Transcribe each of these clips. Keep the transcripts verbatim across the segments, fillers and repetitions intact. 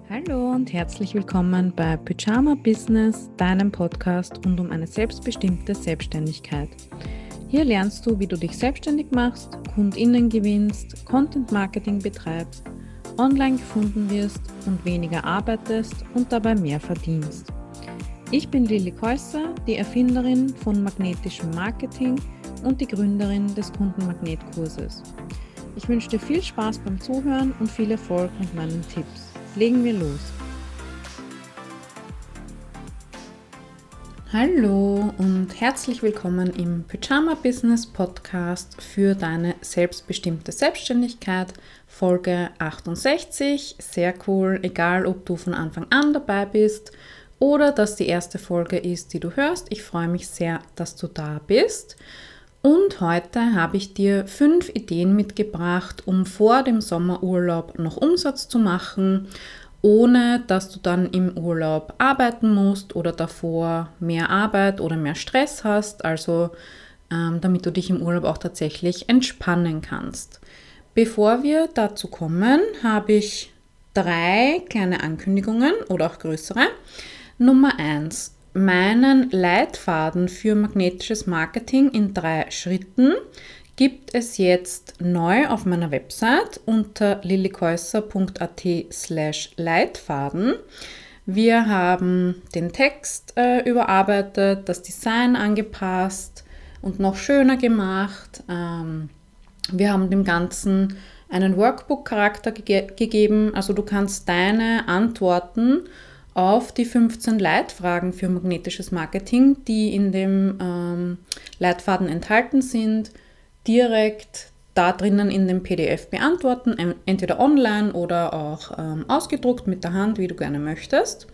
Hallo und herzlich willkommen bei Pyjama Business, deinem Podcast rund um eine selbstbestimmte Selbstständigkeit. Hier lernst du, wie du dich selbstständig machst, KundInnen gewinnst, Content Marketing betreibst, online gefunden wirst und weniger arbeitest und dabei mehr verdienst. Ich bin Lilly Käusser, die Erfinderin von magnetischem Marketing und die Gründerin des Kundenmagnetkurses. Ich wünsche dir viel Spaß beim Zuhören und viel Erfolg mit meinen Tipps. Legen wir los. Hallo und herzlich willkommen im Pyjama Business Podcast für deine selbstbestimmte Selbstständigkeit, Folge achtundsechzig. Sehr cool, egal ob du von Anfang an dabei bist oder dass die erste Folge ist, die du hörst. Ich freue mich sehr, dass du da bist. Und heute habe ich dir fünf Ideen mitgebracht, um vor dem Sommerurlaub noch Umsatz zu machen, ohne dass du dann im Urlaub arbeiten musst oder davor mehr Arbeit oder mehr Stress hast, also ähm, damit du dich im Urlaub auch tatsächlich entspannen kannst. Bevor wir dazu kommen, habe ich drei kleine Ankündigungen oder auch größere. Nummer eins. Meinen Leitfaden für magnetisches Marketing in drei Schritten gibt es jetzt neu auf meiner Website unter lillykäusser punkt at slash Leitfaden. Wir haben den Text äh, überarbeitet, das Design angepasst und noch schöner gemacht. Ähm, wir haben dem Ganzen einen Workbook-Charakter ge- gegeben, also du kannst deine Antworten auf die fünfzehn Leitfragen für magnetisches Marketing, die in dem ähm, Leitfaden enthalten sind, direkt da drinnen in dem P D F beantworten, entweder online oder auch ähm, ausgedruckt mit der Hand, wie du gerne möchtest.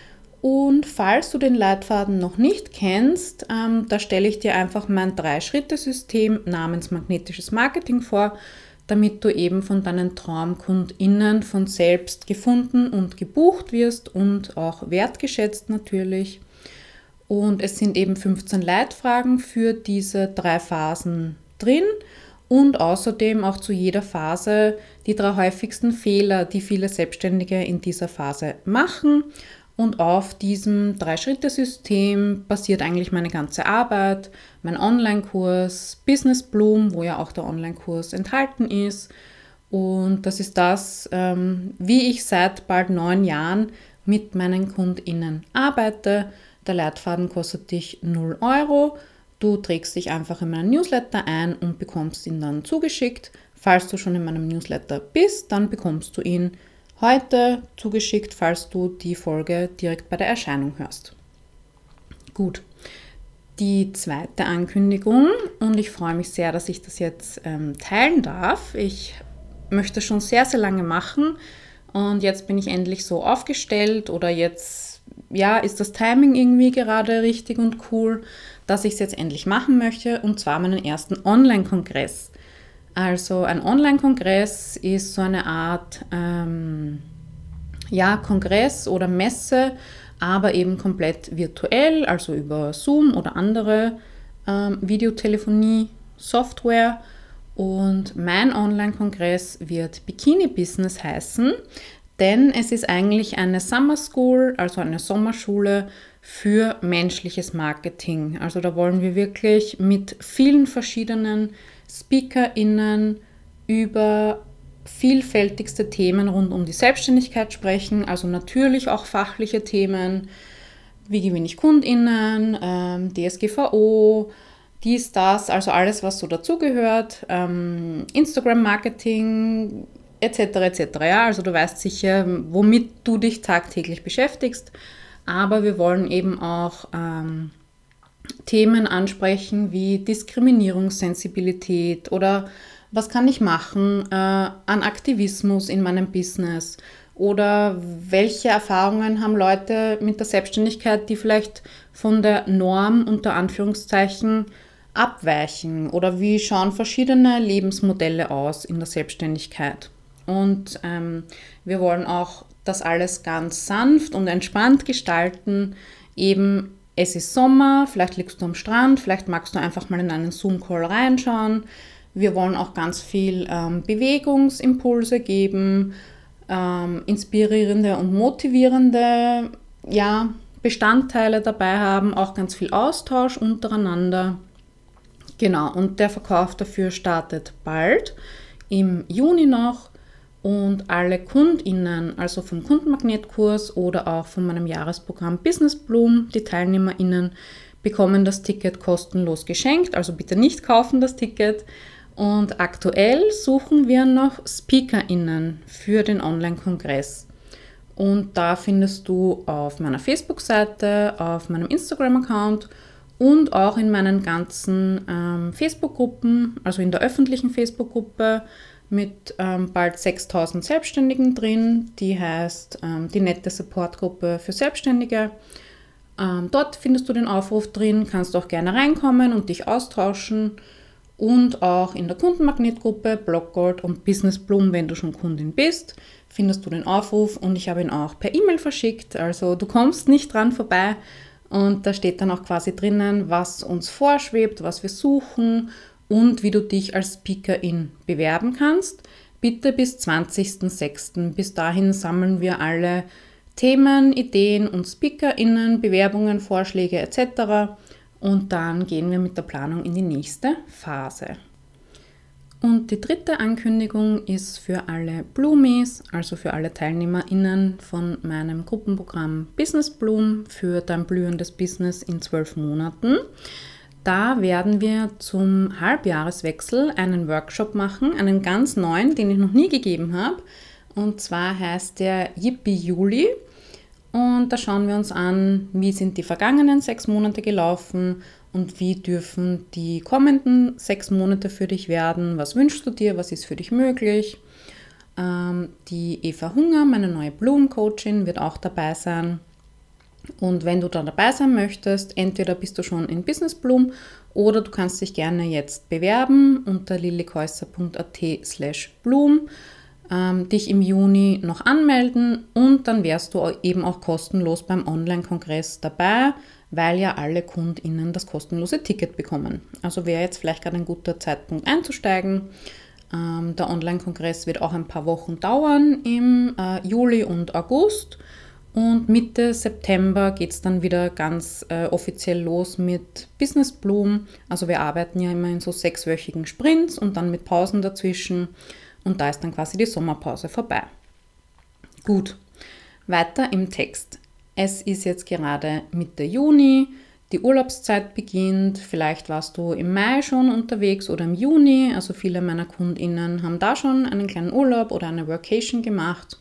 Und falls du den Leitfaden noch nicht kennst, ähm, da stelle ich dir einfach mein Drei-Schritte-System namens magnetisches Marketing vor, damit du eben von deinen TraumkundInnen von selbst gefunden und gebucht wirst und auch wertgeschätzt natürlich. Und es sind eben fünfzehn Leitfragen für diese drei Phasen drin und außerdem auch zu jeder Phase die drei häufigsten Fehler, die viele Selbstständige in dieser Phase machen. Und auf diesem Drei-Schritte-System basiert eigentlich meine ganze Arbeit, mein Online-Kurs Business Bloom, wo ja auch der Online-Kurs enthalten ist. Und das ist das, ähm, wie ich seit bald neun Jahren mit meinen KundInnen arbeite. Der Leitfaden kostet dich null Euro. Du trägst dich einfach in meinen Newsletter ein und bekommst ihn dann zugeschickt. Falls du schon in meinem Newsletter bist, dann bekommst du ihn heute zugeschickt, falls du die Folge direkt bei der Erscheinung hörst. Gut, die zweite Ankündigung, und ich freue mich sehr, dass ich das jetzt ähm, teilen darf. Ich möchte schon sehr, sehr lange machen und jetzt bin ich endlich so aufgestellt oder jetzt ja, ist das Timing irgendwie gerade richtig und cool, dass ich es jetzt endlich machen möchte, und zwar meinen ersten Online-Kongress. Also ein Online-Kongress ist so eine Art ähm, ja, Kongress oder Messe, aber eben komplett virtuell, also über Zoom oder andere ähm, Videotelefonie-Software. Und mein Online-Kongress wird Bikini Business heißen, denn es ist eigentlich eine Summer School, also eine Sommerschule für menschliches Marketing. Also da wollen wir wirklich mit vielen verschiedenen SpeakerInnen über vielfältigste Themen rund um die Selbstständigkeit sprechen, also natürlich auch fachliche Themen, wie gewinne ich KundInnen, ähm, D S G V O, dies, das, also alles, was so dazugehört, ähm, Instagram-Marketing et cetera et cetera. Ja, also du weißt sicher, womit du dich tagtäglich beschäftigst, aber wir wollen eben auch ähm, Themen ansprechen wie Diskriminierungssensibilität oder was kann ich machen äh, an Aktivismus in meinem Business oder welche Erfahrungen haben Leute mit der Selbstständigkeit, die vielleicht von der Norm unter Anführungszeichen abweichen, oder wie schauen verschiedene Lebensmodelle aus in der Selbstständigkeit. Und ähm, wir wollen auch das alles ganz sanft und entspannt gestalten, eben es ist Sommer, vielleicht liegst du am Strand, vielleicht magst du einfach mal in einen Zoom-Call reinschauen. Wir wollen auch ganz viel ähm, Bewegungsimpulse geben, ähm, inspirierende und motivierende ja, Bestandteile dabei haben, auch ganz viel Austausch untereinander. Genau, und der Verkauf dafür startet bald, im Juni noch. Und alle KundInnen, also vom Kundenmagnetkurs oder auch von meinem Jahresprogramm Business Bloom, die TeilnehmerInnen, bekommen das Ticket kostenlos geschenkt. Also bitte nicht kaufen das Ticket. Und aktuell suchen wir noch SpeakerInnen für den Online-Kongress. Und da findest du auf meiner Facebook-Seite, auf meinem Instagram-Account und auch in meinen ganzen ähm, Facebook-Gruppen, also in der öffentlichen Facebook-Gruppe mit ähm, bald sechstausend Selbstständigen drin, die heißt ähm, die nette Support-Gruppe für Selbstständige. Ähm, dort findest du den Aufruf drin, kannst auch gerne reinkommen und dich austauschen. Und auch in der Kundenmagnetgruppe Blockgold und Business Bloom, wenn du schon Kundin bist, findest du den Aufruf und ich habe ihn auch per E-Mail verschickt. Also du kommst nicht dran vorbei und da steht dann auch quasi drinnen, was uns vorschwebt, was wir suchen und wie du dich als Speakerin bewerben kannst. Bitte bis zwanzigsten sechsten Bis dahin sammeln wir alle Themen, Ideen und SpeakerInnen, Bewerbungen, Vorschläge et cetera. Und dann gehen wir mit der Planung in die nächste Phase. Und die dritte Ankündigung ist für alle Bloomies, also für alle TeilnehmerInnen von meinem Gruppenprogramm Business Bloom für dein blühendes Business in zwölf Monaten. Da werden wir zum Halbjahreswechsel einen Workshop machen, einen ganz neuen, den ich noch nie gegeben habe. Und zwar heißt der Yippie Juli. Und da schauen wir uns an, wie sind die vergangenen sechs Monate gelaufen und wie dürfen die kommenden sechs Monate für dich werden. Was wünschst du dir? Was ist für dich möglich? Ähm, die Eva Hunger, meine neue Bloom-Coachin, wird auch dabei sein. Und wenn du da dabei sein möchtest, entweder bist du schon in Business Bloom oder du kannst dich gerne jetzt bewerben unter lillikäusser punkt at slash bloom. dich im Juni noch anmelden und dann wärst du eben auch kostenlos beim Online-Kongress dabei, weil ja alle KundInnen das kostenlose Ticket bekommen. Also wäre jetzt vielleicht gerade ein guter Zeitpunkt einzusteigen. Ähm, der Online-Kongress wird auch ein paar Wochen dauern im äh, Juli und August und Mitte September geht es dann wieder ganz äh, offiziell los mit Business Bloom. Also wir arbeiten ja immer in so sechswöchigen Sprints und dann mit Pausen dazwischen. Und da ist dann quasi die Sommerpause vorbei. Gut, weiter im Text. Es ist jetzt gerade Mitte Juni, die Urlaubszeit beginnt. Vielleicht warst du im Mai schon unterwegs oder im Juni. Also viele meiner KundInnen haben da schon einen kleinen Urlaub oder eine Workation gemacht.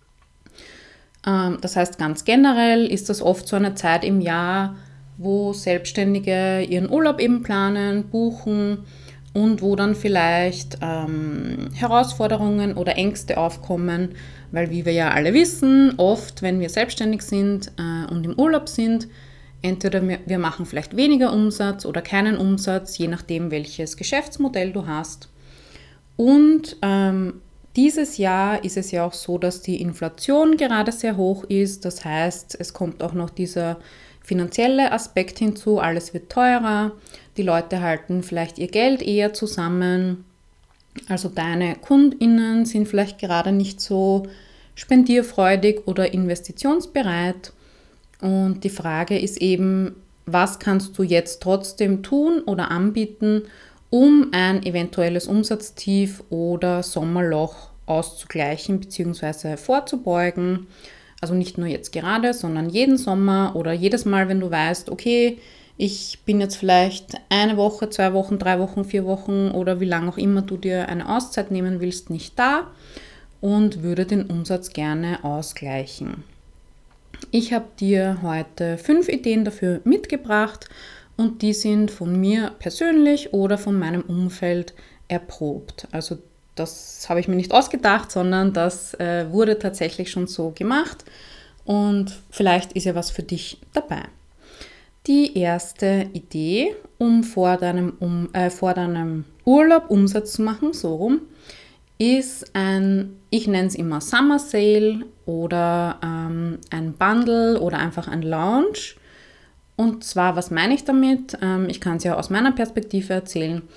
Das heißt, ganz generell ist das oft so eine Zeit im Jahr, wo Selbstständige ihren Urlaub eben planen, buchen, und wo dann vielleicht ähm, Herausforderungen oder Ängste aufkommen, weil wie wir ja alle wissen, oft, wenn wir selbstständig sind äh, und im Urlaub sind, entweder wir machen vielleicht weniger Umsatz oder keinen Umsatz, je nachdem welches Geschäftsmodell du hast. Und ähm, dieses Jahr ist es ja auch so, dass die Inflation gerade sehr hoch ist, das heißt, es kommt auch noch dieser finanzielle Aspekt hinzu, alles wird teurer, die Leute halten vielleicht ihr Geld eher zusammen, also deine KundInnen sind vielleicht gerade nicht so spendierfreudig oder investitionsbereit und die Frage ist eben, was kannst du jetzt trotzdem tun oder anbieten, um ein eventuelles Umsatztief oder Sommerloch auszugleichen bzw. vorzubeugen. Also nicht nur jetzt gerade, sondern jeden Sommer oder jedes Mal, wenn du weißt, okay, ich bin jetzt vielleicht eine Woche, zwei Wochen, drei Wochen, vier Wochen oder wie lange auch immer du dir eine Auszeit nehmen willst, nicht da und würde den Umsatz gerne ausgleichen. Ich habe dir heute fünf Ideen dafür mitgebracht und die sind von mir persönlich oder von meinem Umfeld erprobt. Also das habe ich mir nicht ausgedacht, sondern das äh, wurde tatsächlich schon so gemacht und vielleicht ist ja was für dich dabei. Die erste Idee, um vor deinem, um, äh, vor deinem Urlaub Umsatz zu machen, so rum, ist ein, ich nenne es immer Summer Sale oder ähm, ein Bundle oder einfach ein Lounge. Und zwar, was meine ich damit? Ähm, ich kann es ja aus meiner Perspektive erzählen.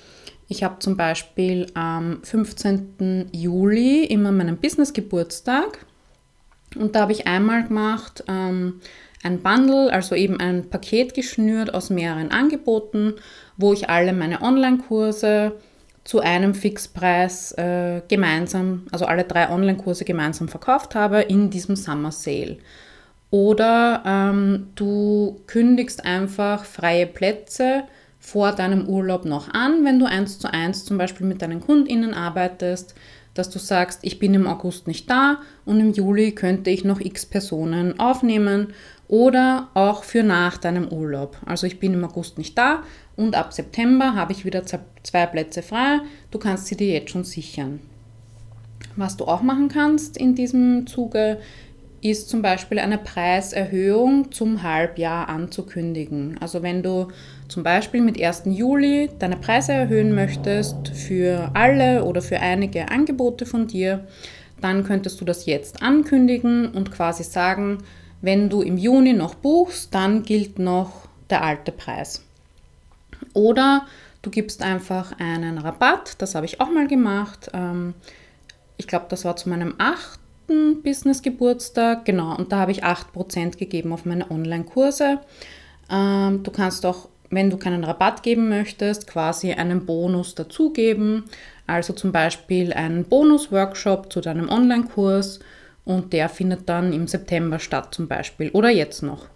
Ich habe zum Beispiel am fünfzehnten Juli immer meinen Business-Geburtstag und da habe ich einmal gemacht ähm, ein Bundle, also eben ein Paket geschnürt aus mehreren Angeboten, wo ich alle meine Online-Kurse zu einem Fixpreis äh, gemeinsam, also alle drei Online-Kurse gemeinsam verkauft habe in diesem Summer Sale. Oder ähm, du kündigst einfach freie Plätze vor deinem Urlaub noch an, wenn du eins zu eins zum Beispiel mit deinen KundInnen arbeitest, dass du sagst, ich bin im August nicht da und im Juli könnte ich noch x Personen aufnehmen oder auch für nach deinem Urlaub. Also ich bin im August nicht da und ab September habe ich wieder zwei Plätze frei. Du kannst sie dir jetzt schon sichern. Was du auch machen kannst in diesem Zuge, ist zum Beispiel eine Preiserhöhung zum Halbjahr anzukündigen. Also wenn du zum Beispiel mit ersten Juli deine Preise erhöhen möchtest für alle oder für einige Angebote von dir, dann könntest du das jetzt ankündigen und quasi sagen, wenn du im Juni noch buchst, dann gilt noch der alte Preis. Oder du gibst einfach einen Rabatt, das habe ich auch mal gemacht. Ich glaube, das war zu meinem achten Business-Geburtstag, genau, und da habe ich acht Prozent gegeben auf meine Online-Kurse. Ähm, du kannst auch, wenn du keinen Rabatt geben möchtest, quasi einen Bonus dazugeben, also zum Beispiel einen Bonus-Workshop zu deinem Online-Kurs und der findet dann im September statt zum Beispiel oder jetzt noch.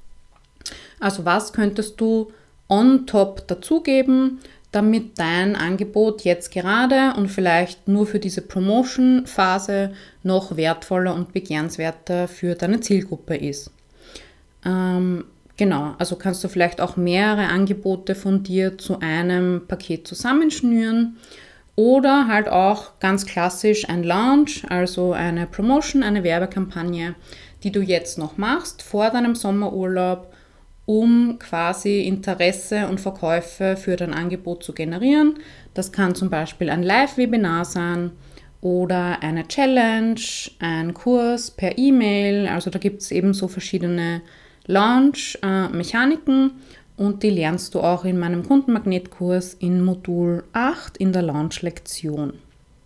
Also was könntest du on top dazugeben, damit dein Angebot jetzt gerade und vielleicht nur für diese Promotion-Phase noch wertvoller und begehrenswerter für deine Zielgruppe ist. Ähm, genau, also kannst du vielleicht auch mehrere Angebote von dir zu einem Paket zusammenschnüren oder halt auch ganz klassisch ein Launch, also eine Promotion, eine Werbekampagne, die du jetzt noch machst vor deinem Sommerurlaub, um quasi Interesse und Verkäufe für dein Angebot zu generieren. Das kann zum Beispiel ein Live-Webinar sein oder eine Challenge, ein Kurs per E-Mail. Also da gibt es eben so verschiedene Launch-Mechaniken und die lernst du auch in meinem Kundenmagnetkurs in Modul acht in der Launch-Lektion.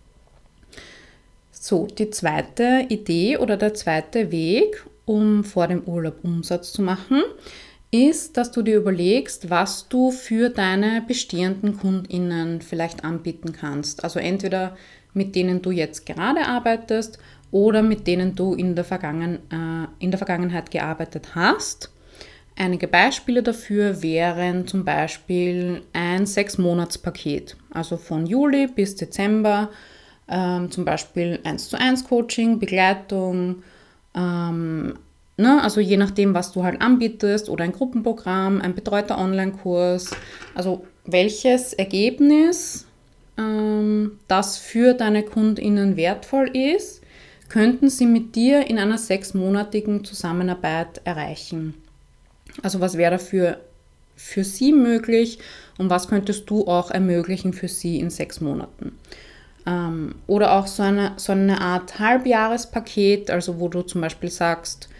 So, die zweite Idee oder der zweite Weg, um vor dem Urlaub Umsatz zu machen, ist, dass du dir überlegst, was du für deine bestehenden KundInnen vielleicht anbieten kannst. Also entweder mit denen du jetzt gerade arbeitest oder mit denen du in der, Vergangen, äh, in der Vergangenheit gearbeitet hast. Einige Beispiele dafür wären zum Beispiel ein sechs-Monats-Paket, also von Juli bis Dezember, ähm, zum Beispiel eins zu eins Coaching, Begleitung, ähm, Ne, also je nachdem, was du halt anbietest oder ein Gruppenprogramm, ein betreuter Online-Kurs, also welches Ergebnis, ähm, das für deine KundInnen wertvoll ist, könnten sie mit dir in einer sechsmonatigen Zusammenarbeit erreichen. Also was wäre dafür für sie möglich und was könntest du auch ermöglichen für sie in sechs Monaten? Ähm, oder auch so eine, so eine Art Halbjahrespaket, also wo du zum Beispiel sagst,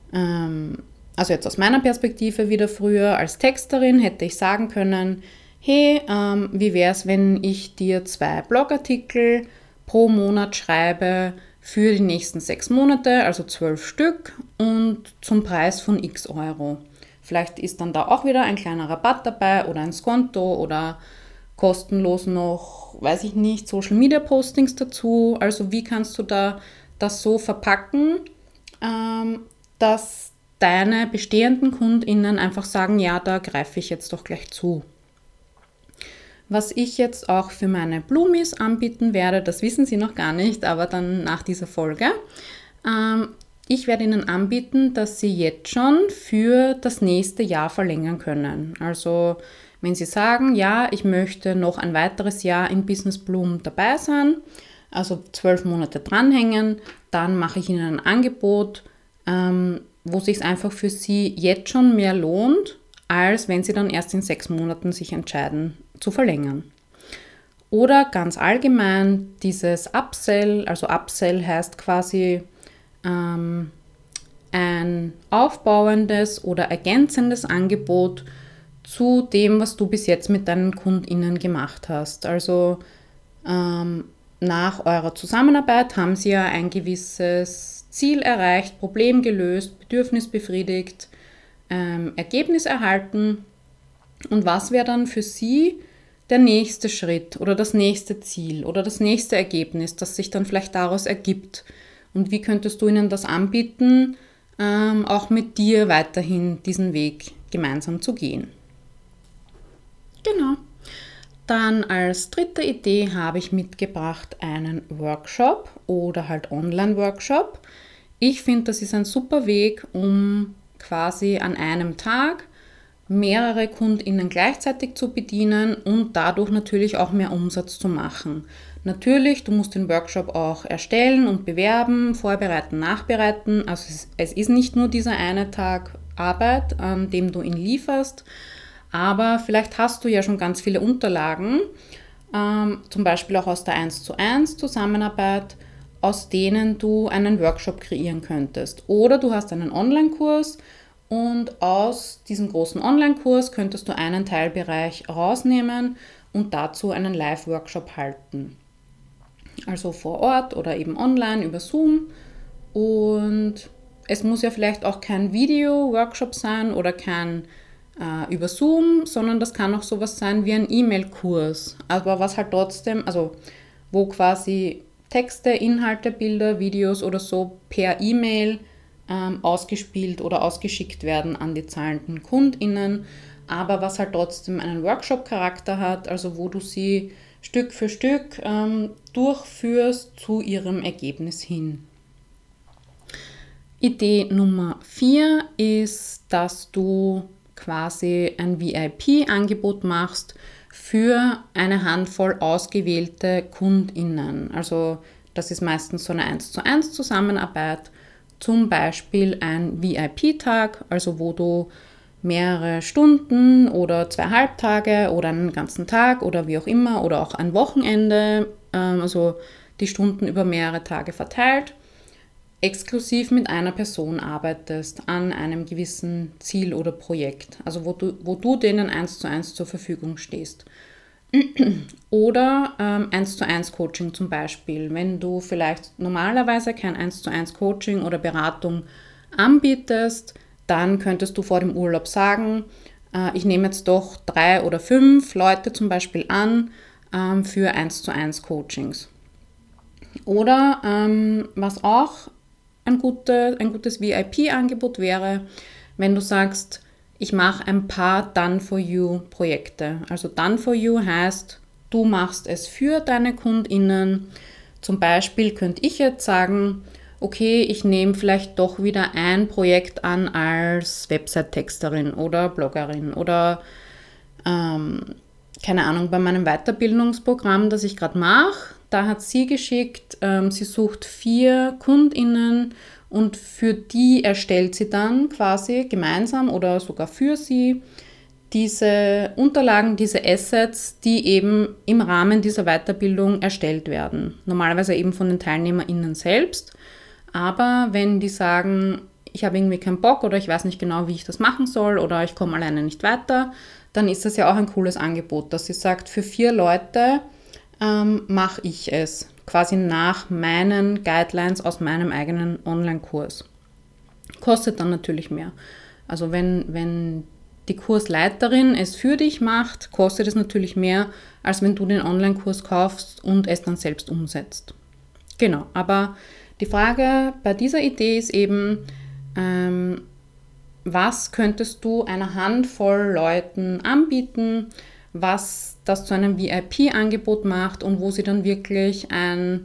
also jetzt aus meiner Perspektive wieder früher als Texterin hätte ich sagen können, hey, ähm, wie wäre es, wenn ich dir zwei Blogartikel pro Monat schreibe für die nächsten sechs Monate, also zwölf Stück und zum Preis von x Euro. Vielleicht ist dann da auch wieder ein kleiner Rabatt dabei oder ein Skonto oder kostenlos noch, weiß ich nicht, Social Media Postings dazu. Also wie kannst du da das so verpacken, ähm, dass deine bestehenden KundInnen einfach sagen, ja, da greife ich jetzt doch gleich zu. Was ich jetzt auch für meine Blumis anbieten werde, das wissen sie noch gar nicht, aber dann nach dieser Folge. Ähm, ich werde ihnen anbieten, dass sie jetzt schon für das nächste Jahr verlängern können. Also wenn sie sagen, ja, ich möchte noch ein weiteres Jahr in Business Bloom dabei sein, also zwölf Monate dranhängen, dann mache ich ihnen ein Angebot, ähm, wo es sich einfach für sie jetzt schon mehr lohnt, als wenn sie dann erst in sechs Monaten sich entscheiden zu verlängern. Oder ganz allgemein dieses Upsell, also Upsell heißt quasi ähm, ein aufbauendes oder ergänzendes Angebot zu dem, was du bis jetzt mit deinen KundInnen gemacht hast. Also ähm, nach eurer Zusammenarbeit haben sie ja ein gewisses Ziel erreicht, Problem gelöst, Bedürfnis befriedigt, ähm, Ergebnis erhalten. Und was wäre dann für sie der nächste Schritt oder das nächste Ziel oder das nächste Ergebnis, das sich dann vielleicht daraus ergibt? Und wie könntest du ihnen das anbieten, ähm, auch mit dir weiterhin diesen Weg gemeinsam zu gehen? Genau. Dann als dritte Idee habe ich mitgebracht einen Workshop oder halt Online-Workshop. Ich finde, das ist ein super Weg, um quasi an einem Tag mehrere KundInnen gleichzeitig zu bedienen und dadurch natürlich auch mehr Umsatz zu machen. Natürlich, du musst den Workshop auch erstellen und bewerben, vorbereiten, nachbereiten. Also es, es ist nicht nur dieser eine Tag Arbeit, an dem du ihn lieferst, aber vielleicht hast du ja schon ganz viele Unterlagen, ähm, zum Beispiel auch aus der eins zu eins Zusammenarbeit, aus denen du einen Workshop kreieren könntest. Oder du hast einen Online-Kurs und aus diesem großen Online-Kurs könntest du einen Teilbereich rausnehmen und dazu einen Live-Workshop halten. Also vor Ort oder eben online über Zoom. Und es muss ja vielleicht auch kein Video-Workshop sein oder kein äh, über Zoom, sondern das kann auch sowas sein wie ein E-Mail-Kurs. Aber was halt trotzdem, also wo quasi Texte, Inhalte, Bilder, Videos oder so per E-Mail ähm, ausgespielt oder ausgeschickt werden an die zahlenden KundInnen, aber was halt trotzdem einen Workshop-Charakter hat, also wo du sie Stück für Stück ähm, durchführst zu ihrem Ergebnis hin. Idee Nummer vier ist, dass du quasi ein V I P-Angebot machst für eine Handvoll ausgewählte KundInnen. Also das ist meistens so eine eins zu eins Zusammenarbeit, zum Beispiel ein V I P-Tag, also wo du mehrere Stunden oder zwei Halbtage oder einen ganzen Tag oder wie auch immer oder auch ein Wochenende, also die Stunden über mehrere Tage verteilt, exklusiv mit einer Person arbeitest an einem gewissen Ziel oder Projekt, also wo du, wo du denen eins zu eins zur Verfügung stehst. Oder ähm, eins zu eins Coaching zum Beispiel, wenn du vielleicht normalerweise kein eins zu eins Coaching oder Beratung anbietest, dann könntest du vor dem Urlaub sagen, äh, ich nehme jetzt doch drei oder fünf Leute zum Beispiel an ähm, für eins zu eins Coachings. Oder ähm, was auch ein, gute, ein gutes V I P-Angebot wäre, wenn du sagst, ich mache ein paar Done-for-You-Projekte. Also Done-for-You heißt, du machst es für deine KundInnen. Zum Beispiel könnte ich jetzt sagen, okay, ich nehme vielleicht doch wieder ein Projekt an als Website-Texterin oder Bloggerin oder ähm, keine Ahnung, bei meinem Weiterbildungsprogramm, das ich gerade mache, da hat sie geschickt, ähm, sie sucht vier KundInnen und für die erstellt sie dann quasi gemeinsam oder sogar für sie diese Unterlagen, diese Assets, die eben im Rahmen dieser Weiterbildung erstellt werden. Normalerweise eben von den TeilnehmerInnen selbst. Aber wenn die sagen, ich habe irgendwie keinen Bock oder ich weiß nicht genau, wie ich das machen soll oder ich komme alleine nicht weiter, dann ist das ja auch ein cooles Angebot, dass sie sagt, für vier Leute ähm, mache ich es. Quasi nach meinen Guidelines aus meinem eigenen Online-Kurs. Kostet dann natürlich mehr. Also wenn, wenn die Kursleiterin es für dich macht, kostet es natürlich mehr, als wenn du den Online-Kurs kaufst und es dann selbst umsetzt. Genau, aber die Frage bei dieser Idee ist eben, ähm, was könntest du einer Handvoll Leuten anbieten, was das zu einem V I P-Angebot macht und wo sie dann wirklich ein,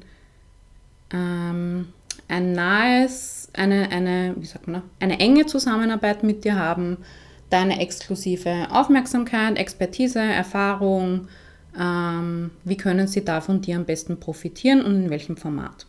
ähm, ein nahes, eine, eine, wie sagt man, eine enge Zusammenarbeit mit dir haben, deine exklusive Aufmerksamkeit, Expertise, Erfahrung, ähm, wie können sie da von dir am besten profitieren und in welchem Format.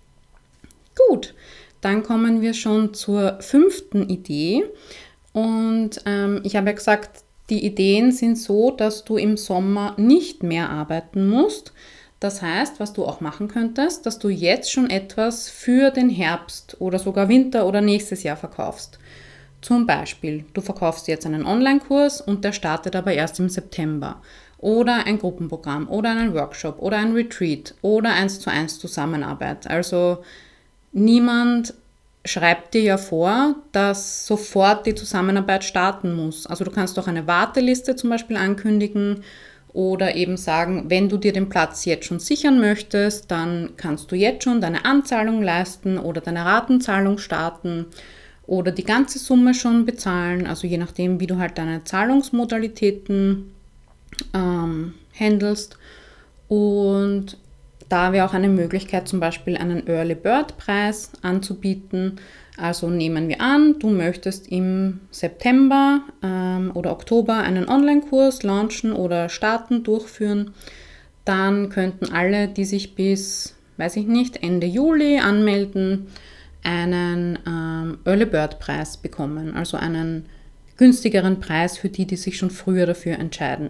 Gut, dann kommen wir schon zur fünften Idee und ähm, ich habe ja gesagt, die Ideen sind so, dass du im Sommer nicht mehr arbeiten musst. Das heißt, was du auch machen könntest, dass du jetzt schon etwas für den Herbst oder sogar Winter oder nächstes Jahr verkaufst. Zum Beispiel, du verkaufst jetzt einen Online-Kurs und der startet aber erst im September. Oder ein Gruppenprogramm oder einen Workshop oder ein Retreat oder eins zu eins Zusammenarbeit. Also niemand schreibt dir ja vor, dass sofort die Zusammenarbeit starten muss. Also du kannst auch eine Warteliste zum Beispiel ankündigen oder eben sagen, wenn du dir den Platz jetzt schon sichern möchtest, dann kannst du jetzt schon deine Anzahlung leisten oder deine Ratenzahlung starten oder die ganze Summe schon bezahlen. Also je nachdem, wie du halt deine Zahlungsmodalitäten ähm, handelst. Und da wäre auch eine Möglichkeit, zum Beispiel einen Early Bird Preis anzubieten. Also nehmen wir an, du möchtest im September ähm, oder Oktober einen Online-Kurs launchen oder starten, durchführen. Dann könnten alle, die sich bis, weiß ich nicht, Ende Juli anmelden, einen ähm, Early Bird Preis bekommen. Also einen günstigeren Preis für die, die sich schon früher dafür entscheiden.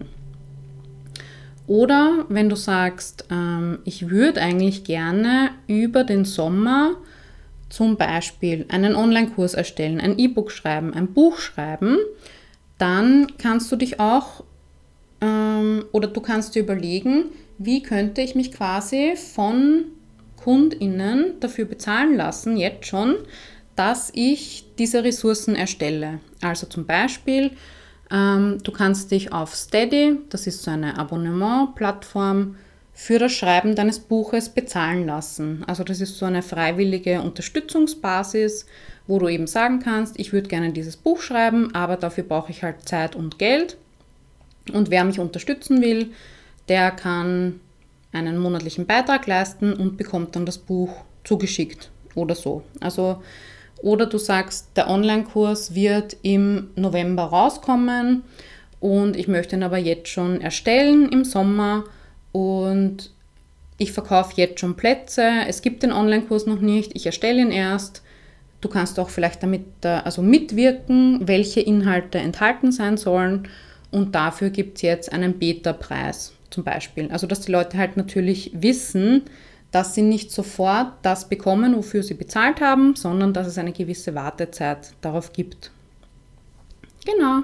Oder wenn du sagst, ähm, ich würde eigentlich gerne über den Sommer zum Beispiel einen Online-Kurs erstellen, ein E-Book schreiben, ein Buch schreiben, dann kannst du dich auch ähm, oder du kannst dir überlegen, wie könnte ich mich quasi von KundInnen dafür bezahlen lassen, jetzt schon, dass ich diese Ressourcen erstelle. Also zum Beispiel, ähm, du kannst dich auf Steady, das ist so eine Abonnement-Plattform, für das Schreiben deines Buches bezahlen lassen. Also das ist so eine freiwillige Unterstützungsbasis, wo du eben sagen kannst, ich würde gerne dieses Buch schreiben, aber dafür brauche ich halt Zeit und Geld. Und wer mich unterstützen will, der kann einen monatlichen Beitrag leisten und bekommt dann das Buch zugeschickt oder so. Also, oder du sagst, der Online-Kurs wird im November rauskommen und ich möchte ihn aber jetzt schon erstellen im Sommer und ich verkaufe jetzt schon Plätze. Es gibt den Online-Kurs noch nicht, ich erstelle ihn erst. Du kannst auch vielleicht damit also mitwirken, welche Inhalte enthalten sein sollen. Und dafür gibt es jetzt einen Beta-Preis zum Beispiel. Also dass die Leute halt natürlich wissen, dass sie nicht sofort das bekommen, wofür sie bezahlt haben, sondern dass es eine gewisse Wartezeit darauf gibt. Genau.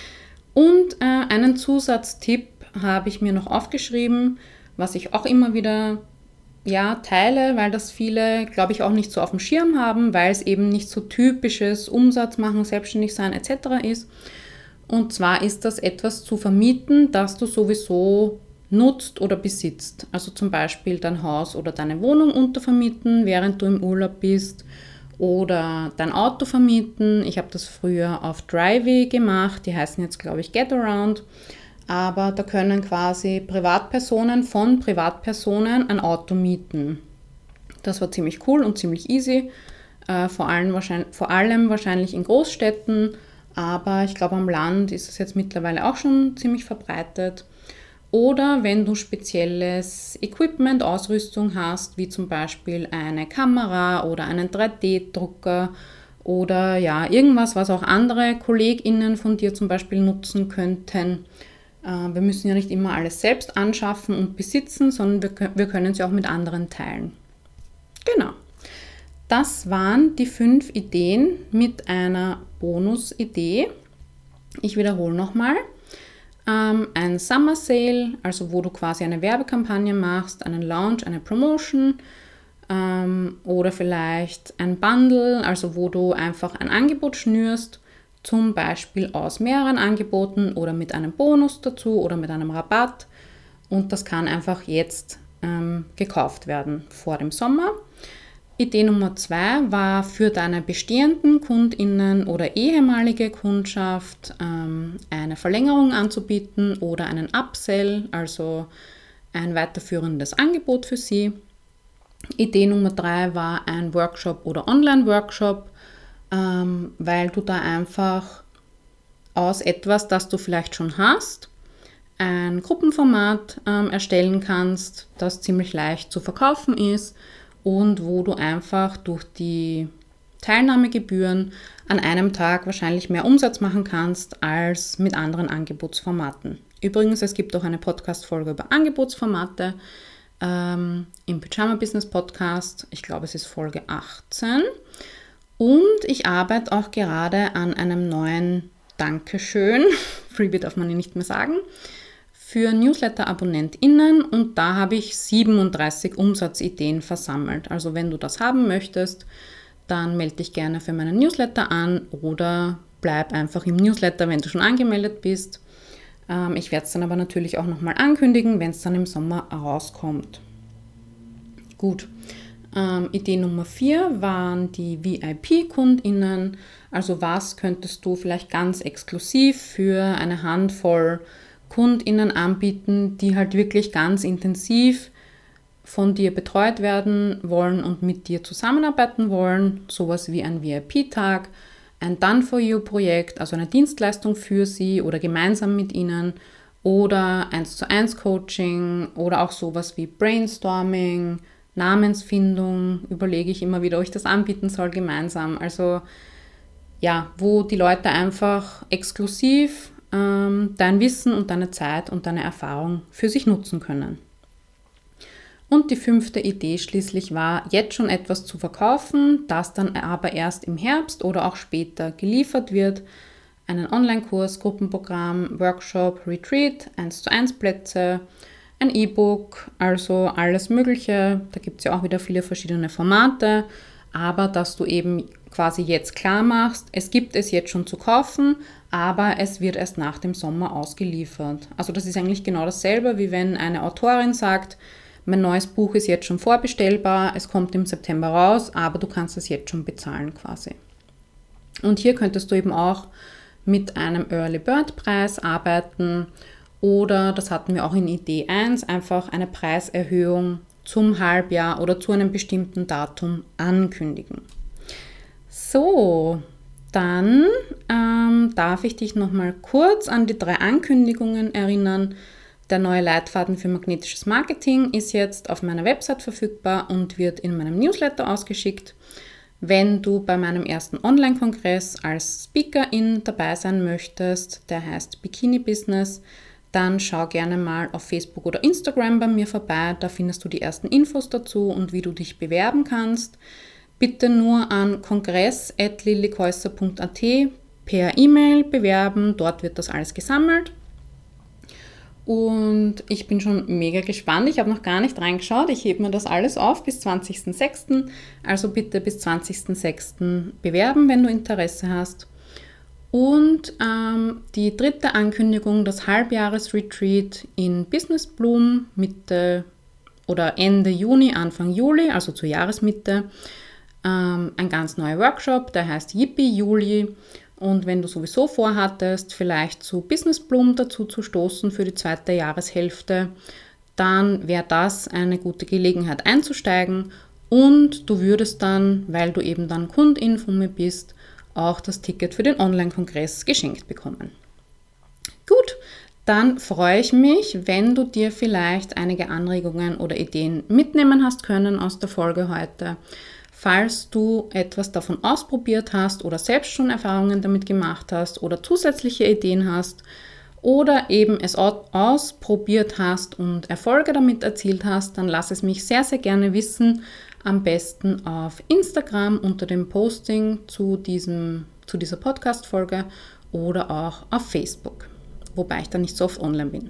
Und äh, einen Zusatztipp habe ich mir noch aufgeschrieben, was ich auch immer wieder ja, teile, weil das viele, glaube ich, auch nicht so auf dem Schirm haben, weil es eben nicht so typisches Umsatz machen, selbstständig sein et cetera ist. Und zwar ist das etwas zu vermieten, das du sowieso nutzt oder besitzt. Also zum Beispiel dein Haus oder deine Wohnung untervermieten, während du im Urlaub bist, oder dein Auto vermieten. Ich habe das früher auf Drivey gemacht, die heißen jetzt, glaube ich, Getaround. Aber da können quasi Privatpersonen von Privatpersonen ein Auto mieten. Das war ziemlich cool und ziemlich easy, äh, vor allem wahrscheinlich, vor allem wahrscheinlich in Großstädten, aber ich glaube am Land ist es jetzt mittlerweile auch schon ziemlich verbreitet. Oder wenn du spezielles Equipment, Ausrüstung hast, wie zum Beispiel eine Kamera oder einen drei D Drucker oder ja, irgendwas, was auch andere KollegInnen von dir zum Beispiel nutzen könnten. Wir müssen ja nicht immer alles selbst anschaffen und besitzen, sondern wir, wir können sie auch mit anderen teilen. Genau. Das waren die fünf Ideen mit einer Bonusidee. Ich wiederhole nochmal. Ähm, ein Summer Sale, also wo du quasi eine Werbekampagne machst, einen Launch, eine Promotion ähm, oder vielleicht ein Bundle, also wo du einfach ein Angebot schnürst, zum Beispiel aus mehreren Angeboten oder mit einem Bonus dazu oder mit einem Rabatt. Und das kann einfach jetzt ähm, gekauft werden vor dem Sommer. Idee Nummer zwei war für deine bestehenden KundInnen oder ehemalige Kundschaft ähm, eine Verlängerung anzubieten oder einen Upsell, also ein weiterführendes Angebot für sie. Idee Nummer drei war ein Workshop oder Online-Workshop, ähm, weil du da einfach aus etwas, das du vielleicht schon hast, ein Gruppenformat ähm, erstellen kannst, das ziemlich leicht zu verkaufen ist und wo du einfach durch die Teilnahmegebühren an einem Tag wahrscheinlich mehr Umsatz machen kannst als mit anderen Angebotsformaten. Übrigens, es gibt auch eine Podcast-Folge über Angebotsformate ähm, im Pyjama Business Podcast. Ich glaube, es ist Folge achtzehn. Und ich arbeite auch gerade an einem neuen Dankeschön, Freebie darf man ja nicht mehr sagen, für Newsletter-AbonnentInnen und da habe ich siebenunddreißig Umsatzideen versammelt. Also wenn du das haben möchtest, dann melde dich gerne für meinen Newsletter an oder bleib einfach im Newsletter, wenn du schon angemeldet bist. Ähm, ich werde es dann aber natürlich auch nochmal ankündigen, wenn es dann im Sommer rauskommt. Gut. Ähm, Idee Nummer vier waren die V I P-KundInnen. Also was könntest du vielleicht ganz exklusiv für eine Handvoll KundInnen anbieten, die halt wirklich ganz intensiv von dir betreut werden wollen und mit dir zusammenarbeiten wollen. Sowas wie ein V I P-Tag, ein Done-for-You-Projekt, also eine Dienstleistung für sie oder gemeinsam mit ihnen oder eins zu eins Coaching oder auch sowas wie Brainstorming, Namensfindung, überlege ich immer wieder, ob ich das anbieten soll gemeinsam. Also ja, wo die Leute einfach exklusiv ähm, dein Wissen und deine Zeit und deine Erfahrung für sich nutzen können. Und die fünfte Idee schließlich war, jetzt schon etwas zu verkaufen, das dann aber erst im Herbst oder auch später geliefert wird. Einen Online-Kurs, Gruppenprogramm, Workshop, Retreat, eins zu eins Plätze, ein E-Book, also alles Mögliche. Da gibt es ja auch wieder viele verschiedene Formate, aber dass du eben quasi jetzt klar machst, es gibt es jetzt schon zu kaufen, aber es wird erst nach dem Sommer ausgeliefert. Also das ist eigentlich genau dasselbe, wie wenn eine Autorin sagt, mein neues Buch ist jetzt schon vorbestellbar, es kommt im September raus, aber du kannst es jetzt schon bezahlen quasi. Und hier könntest du eben auch mit einem Early Bird Preis arbeiten oder, das hatten wir auch in Idee eins, einfach eine Preiserhöhung zum Halbjahr oder zu einem bestimmten Datum ankündigen. So, dann ähm, darf ich dich nochmal kurz an die drei Ankündigungen erinnern. Der neue Leitfaden für magnetisches Marketing ist jetzt auf meiner Website verfügbar und wird in meinem Newsletter ausgeschickt. Wenn du bei meinem ersten Online-Kongress als Speakerin dabei sein möchtest, der heißt Bikini Business, dann schau gerne mal auf Facebook oder Instagram bei mir vorbei. Da findest du die ersten Infos dazu und wie du dich bewerben kannst. Bitte nur an kongress at lillykäusser punkt a t per E-Mail bewerben. Dort wird das alles gesammelt. Und ich bin schon mega gespannt. Ich habe noch gar nicht reingeschaut. Ich hebe mir das alles auf bis zwanzigsten sechsten Also bitte bis zwanzigsten sechsten bewerben, wenn du Interesse hast. Und ähm, die dritte Ankündigung, das Halbjahresretreat in Business Bloom Mitte oder Ende Juni, Anfang Juli, also zur Jahresmitte. Ähm, ein ganz neuer Workshop, der heißt Yippie Juli. Und wenn du sowieso vorhattest, vielleicht zu Business Bloom dazu zu stoßen für die zweite Jahreshälfte, dann wäre das eine gute Gelegenheit einzusteigen und du würdest dann, weil du eben dann Kundin von mir bist, auch das Ticket für den Online-Kongress geschenkt bekommen. Gut, dann freue ich mich, wenn du dir vielleicht einige Anregungen oder Ideen mitnehmen hast können aus der Folge heute. Falls du etwas davon ausprobiert hast oder selbst schon Erfahrungen damit gemacht hast oder zusätzliche Ideen hast oder eben es ausprobiert hast und Erfolge damit erzielt hast, dann lass es mich sehr, sehr gerne wissen. Am besten auf Instagram unter dem Posting zu, diesem, zu dieser Podcast-Folge oder auch auf Facebook, wobei ich da nicht so oft online bin.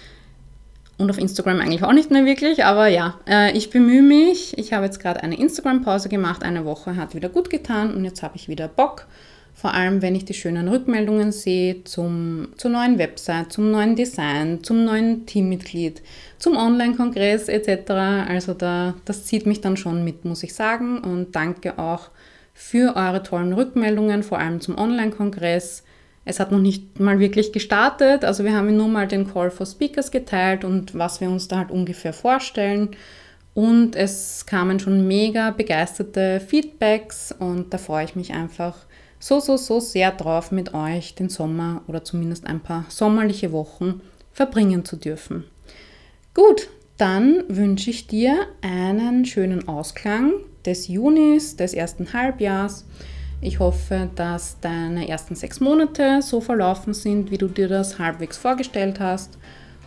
Und auf Instagram eigentlich auch nicht mehr wirklich, aber ja, äh, ich bemühe mich. Ich habe jetzt gerade eine Instagram-Pause gemacht, eine Woche hat wieder gut getan und jetzt habe ich wieder Bock. Vor allem, wenn ich die schönen Rückmeldungen sehe zum, zur neuen Website, zum neuen Design, zum neuen Teammitglied, zum Online-Kongress et cetera. Also da, das zieht mich dann schon mit, muss ich sagen. Und danke auch für eure tollen Rückmeldungen, vor allem zum Online-Kongress. Es hat noch nicht mal wirklich gestartet, also wir haben nur mal den Call for Speakers geteilt und was wir uns da halt ungefähr vorstellen. Und es kamen schon mega begeisterte Feedbacks und da freue ich mich einfach so, so, so sehr drauf, mit euch den Sommer oder zumindest ein paar sommerliche Wochen verbringen zu dürfen. Gut, dann wünsche ich dir einen schönen Ausklang des Junis, des ersten Halbjahrs. Ich hoffe, dass deine ersten sechs Monate so verlaufen sind, wie du dir das halbwegs vorgestellt hast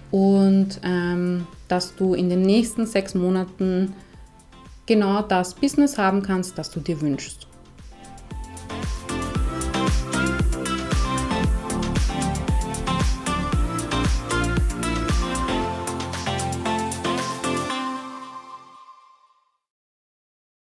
und ähm, dass du in den nächsten sechs Monaten genau das Business haben kannst, das du dir wünschst.